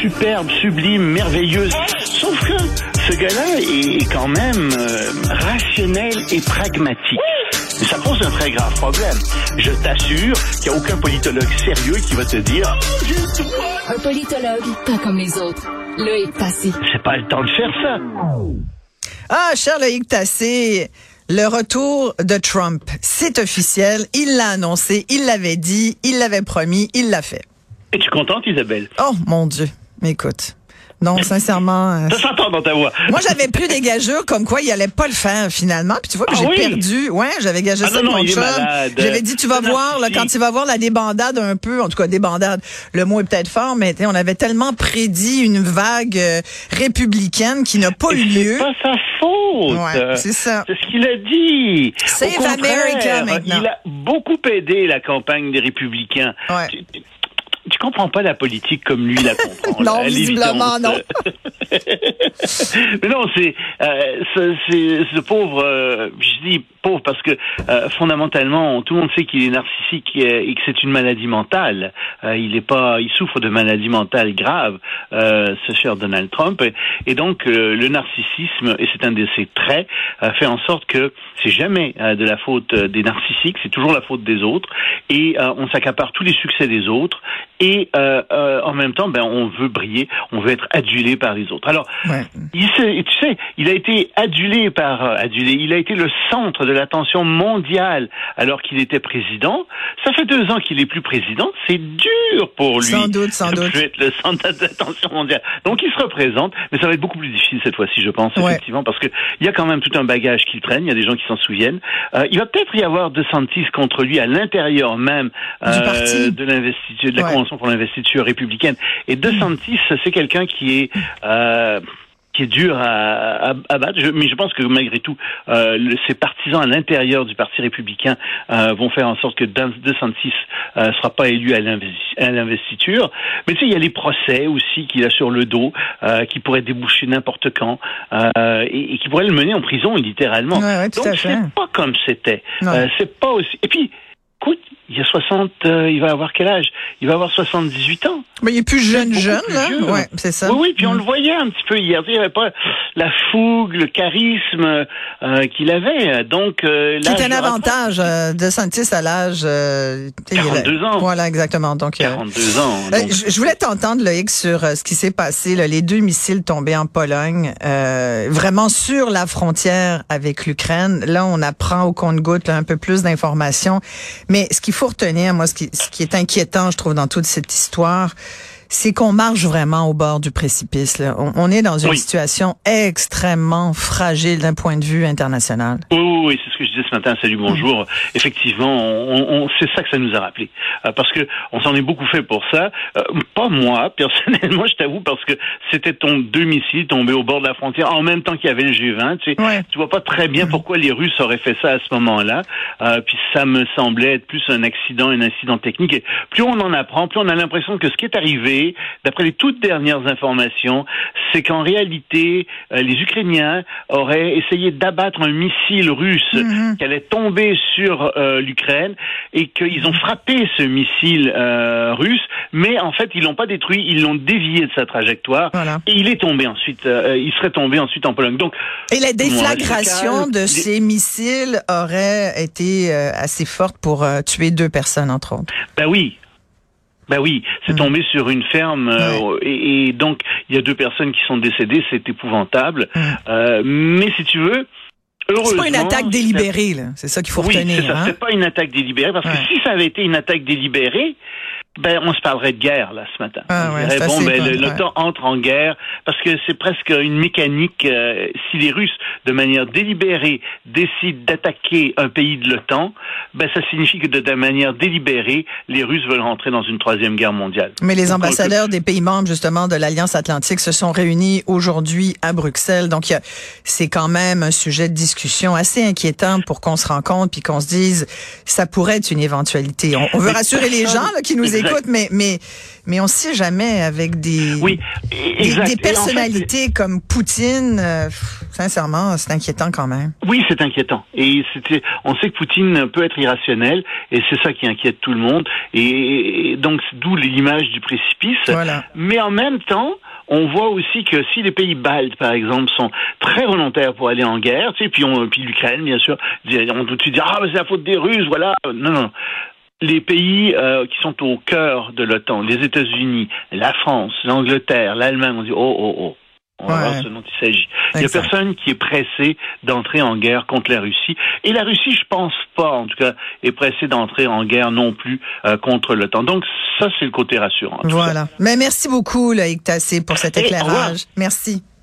superbe, sublime, merveilleuse. Sauf que ce gars-là est quand même rationnel et pragmatique. Et ça pose un très grave problème. Je t'assure qu'il n'y a aucun politologue sérieux qui va te dire « j'ai le droit ». Un politologue, pas comme les autres. Loïc Tassé. C'est pas le temps de faire ça. Ah, cher Loïc Tassé, le retour de Trump, c'est officiel. Il l'a annoncé, il l'avait dit, il l'avait promis, il l'a fait. Es-tu contente, Isabelle? Oh, mon Dieu. Mais écoute. Non, sincèrement. Ça s'entend dans ta voix. Moi, j'avais plus des gageures comme quoi il allait pas le faire finalement. Puis tu vois que j'ai perdu. Ouais, j'avais gagé ça non, mon il est chum. malade. J'avais dit, tu vas voir, là, quand il va voir la débandade un peu, en tout cas débandade, le mot est peut-être fort, mais on avait tellement prédit une vague républicaine qui n'a pas eu lieu. C'est pas sa faute. Ouais, c'est ça. C'est ce qu'il a dit. Save America maintenant. Il a beaucoup aidé la campagne des républicains. Ouais. Tu comprends pas la politique comme lui la comprend. Non, visiblement, non. Mais non, c'est ce pauvre, je dis pauvre parce que fondamentalement, tout le monde sait qu'il est narcissique et que c'est une maladie mentale. Il souffre de maladie mentale grave, ce cher Donald Trump. Et donc, le narcissisme, et c'est un de ses traits, fait en sorte que c'est jamais de la faute des narcissiques, c'est toujours la faute des autres. Et on s'accapare tous les succès des autres. Et en même temps, on veut briller, on veut être adulé par les autres. Alors, ouais. Il a été adulé. Il a été le centre de l'attention mondiale alors qu'il était président. Ça fait 2 ans qu'il est plus président. C'est dur pour lui. Sans doute. De plus être le centre de l'attention mondiale. Donc, il se représente, mais ça va être beaucoup plus difficile cette fois-ci, je pense, effectivement, parce que il y a quand même tout un bagage qui traîne. Il y a des gens qui s'en souviennent. Il va peut-être y avoir DeSantis contre lui à l'intérieur même de l'investiture, de la convention pour l'investiture républicaine. Et DeSantis, c'est quelqu'un qui est dur à battre, mais je pense que malgré tout, ses partisans à l'intérieur du Parti républicain vont faire en sorte que DeSantis sera pas élu à l'investiture. Mais tu sais, il y a les procès aussi qu'il a sur le dos, qui pourraient déboucher n'importe quand, et qui pourraient le mener en prison littéralement. Ouais, tout donc à fait. c'est pas comme c'était. C'est pas aussi. Et puis, écoute, il va avoir quel âge? Il va avoir 78 ans. Mais il est plus jeune, là. Vieux. Ouais, c'est ça. Oui, puis on le voyait un petit peu hier. Il n'y avait pas la fougue, le charisme qu'il avait. Donc, c'est un avantage de DeSantis à l'âge... 42 ans. Voilà, exactement. Donc, 42 ans. Donc. Je voulais t'entendre, Loïc, sur ce qui s'est passé, là, les 2 missiles tombés en Pologne, vraiment sur la frontière avec l'Ukraine. Là, on apprend au compte-gouttes un peu plus d'informations. Mais ce qu'il faut retenir, moi, ce qui est inquiétant, je trouve, dans toute cette histoire, c'est qu'on marche vraiment au bord du précipice. Là. On est dans une situation extrêmement fragile d'un point de vue international. Oui, c'est ce que je disais ce matin. Salut, bonjour. Effectivement, c'est ça que ça nous a rappelé. Parce que on s'en est beaucoup fait pour ça. Pas moi, personnellement, je t'avoue, parce que c'était 2 missiles tombés au bord de la frontière en même temps qu'il y avait le G20. Tu vois pas très bien pourquoi les Russes auraient fait ça à ce moment-là. Puis ça me semblait être plus un incident technique. Et plus on en apprend, plus on a l'impression que ce qui est arrivé, d'après les toutes dernières informations, c'est qu'en réalité, les Ukrainiens auraient essayé d'abattre un missile russe qui allait tomber sur l'Ukraine et qu'ils ont frappé ce missile russe, mais en fait, ils l'ont pas détruit, ils l'ont dévié de sa trajectoire et il est tombé ensuite, il serait tombé ensuite en Pologne. Donc, et la déflagration de ces missiles aurait été assez forte pour tuer 2 personnes, entre autres. Ben oui, c'est tombé sur une ferme et donc il y a 2 personnes qui sont décédées, c'est épouvantable. Mais si tu veux, heureusement, c'est pas une attaque délibérée, là. C'est ça qu'il faut retenir. Oui, c'est ça. C'est pas une attaque délibérée parce que si ça avait été une attaque délibérée, on se parlerait de guerre, là, ce matin. On dirait, l'OTAN entre en guerre, parce que c'est presque une mécanique, si les Russes, de manière délibérée, décident d'attaquer un pays de l'OTAN, ça signifie que de manière délibérée, les Russes veulent rentrer dans une 3e guerre mondiale. Mais les ambassadeurs des pays membres, justement, de l'Alliance Atlantique se sont réunis aujourd'hui à Bruxelles. Donc, c'est quand même un sujet de discussion assez inquiétant pour qu'on se rende compte puis qu'on se dise, ça pourrait être une éventualité. On veut rassurer les gens là, qui nous écoutent. écoute, mais on sait jamais avec des personnalités comme Poutine. Sincèrement, c'est inquiétant quand même. Oui, c'est inquiétant. Et on sait que Poutine peut être irrationnel, et c'est ça qui inquiète tout le monde. Et donc, d'où l'image du précipice. Voilà. Mais en même temps, on voit aussi que si les pays baltes, par exemple, sont très volontaires pour aller en guerre, tu sais, puis l'Ukraine, bien sûr, on tout de suite dit c'est la faute des Russes, voilà. Non. Les pays qui sont au cœur de l'OTAN, les États-Unis, la France, l'Angleterre, l'Allemagne, on dit on va voir ce dont il s'agit. Il n'y a personne qui est pressé d'entrer en guerre contre la Russie. Et la Russie, je pense pas, en tout cas, est pressée d'entrer en guerre non plus contre l'OTAN. Donc, ça, c'est le côté rassurant. Voilà. Mais merci beaucoup, Loïc Tassé, pour cet éclairage. Merci.